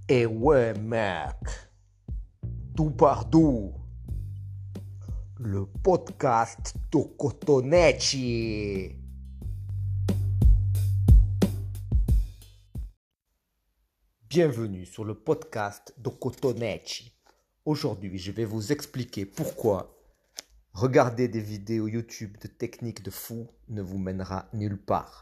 Eh ouais, mec, tout partout, le podcast de Cotoneci. Bienvenue sur le podcast de Cotoneci. Aujourd'hui, je vais vous expliquer pourquoi regarder des vidéos YouTube de techniques de fou ne vous mènera nulle part.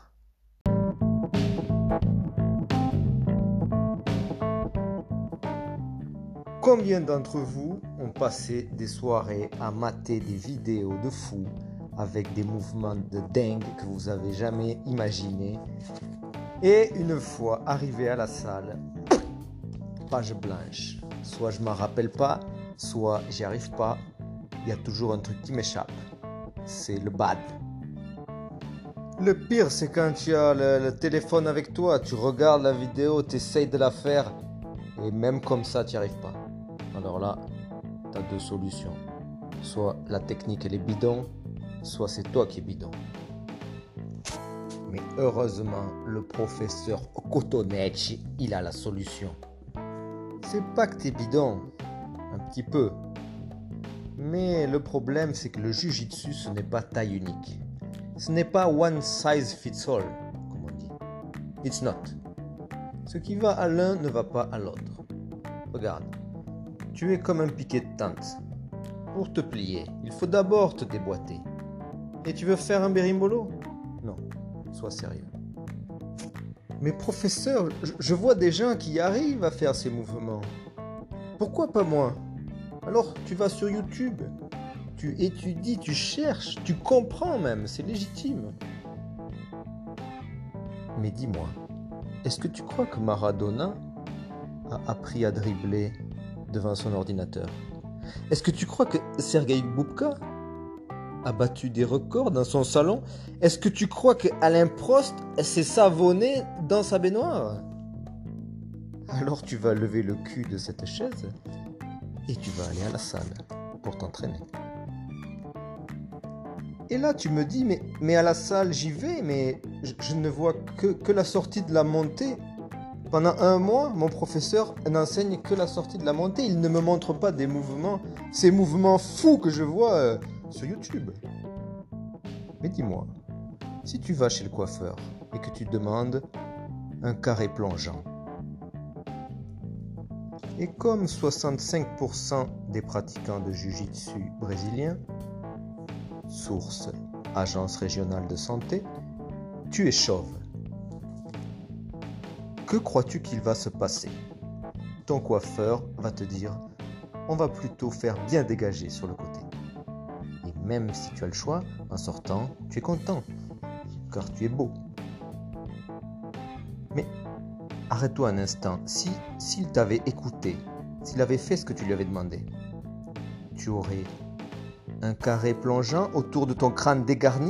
Combien d'entre vous ont passé des soirées à mater des vidéos de fous avec des mouvements de dingue que vous avez jamais imaginés et une fois arrivé à la salle, page blanche. Soit je m'en rappelle pas, soit j'y arrive pas. Il y a toujours un truc qui m'échappe. C'est le bad. Le pire, c'est quand tu as le téléphone avec toi, tu regardes la vidéo, tu essayes de la faire et même comme ça, tu n'y arrives pas. Alors là, tu as deux solutions. Soit la technique elle est bidon, soit c'est toi qui es bidon. Mais heureusement, le professeur Cotoneci, il a la solution. C'est pas que t'es bidon, un petit peu. Mais le problème, c'est que le Jiu-Jitsu, ce n'est pas taille unique. Ce n'est pas one size fits all, comme on dit. It's not. Ce qui va à l'un ne va pas à l'autre. Regarde. Tu es comme un piquet de tente. Pour te plier, il faut d'abord te déboîter. Et tu veux faire un berimbolo? Non, sois sérieux. Mais professeur, je vois des gens qui arrivent à faire ces mouvements. Pourquoi pas moi? Alors tu vas sur YouTube, tu étudies, tu cherches, tu comprends même, c'est légitime. Mais dis-moi, est-ce que tu crois que Maradona a appris à dribbler devant son ordinateur? Est-ce que tu crois que Sergueï Boubka a battu des records dans son salon? Est-ce que tu crois que Alain Prost s'est savonné dans sa baignoire? Alors tu vas lever le cul de cette chaise et tu vas aller à la salle pour t'entraîner. Et là tu me dis, mais à la salle j'y vais, mais je ne vois que la sortie de la montée. Pendant un mois, mon professeur n'enseigne que la sortie de la montée. Il ne me montre pas des mouvements, ces mouvements fous que je vois sur YouTube. Mais dis-moi, si tu vas chez le coiffeur et que tu demandes un carré plongeant, et comme 65% des pratiquants de Jiu-Jitsu brésiliens, source Agence régionale de santé, tu es chauve. Que crois-tu qu'il va se passer? Ton coiffeur va te dire, on va plutôt faire bien dégager sur le côté. Et même si tu as le choix, en sortant, tu es content, car tu es beau. Mais arrête-toi un instant, s'il t'avait écouté, s'il avait fait ce que tu lui avais demandé, tu aurais un carré plongeant autour de ton crâne dégarni?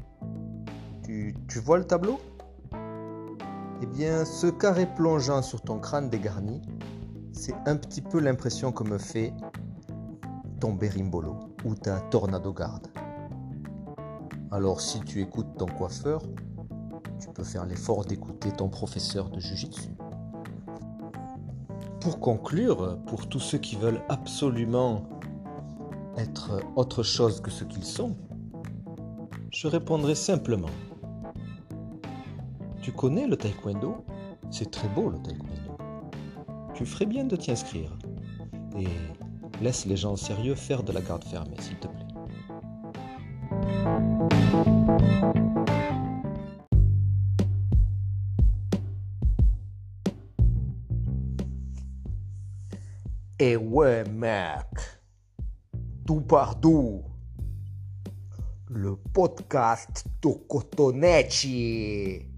Tu vois le tableau? Eh bien, ce carré plongeant sur ton crâne dégarni, c'est un petit peu l'impression que me fait ton berimbolo ou ta tornado guard. Alors, si tu écoutes ton coiffeur, tu peux faire l'effort d'écouter ton professeur de Jiu-Jitsu. Pour conclure, pour tous ceux qui veulent absolument être autre chose que ce qu'ils sont, je répondrai simplement. Tu connais le taekwondo? C'est très beau le taekwondo. Tu ferais bien de t'y inscrire. Et laisse les gens sérieux faire de la garde fermée, s'il te plaît. Eh ouais, mec, tout partout, le podcast de Cotoneci.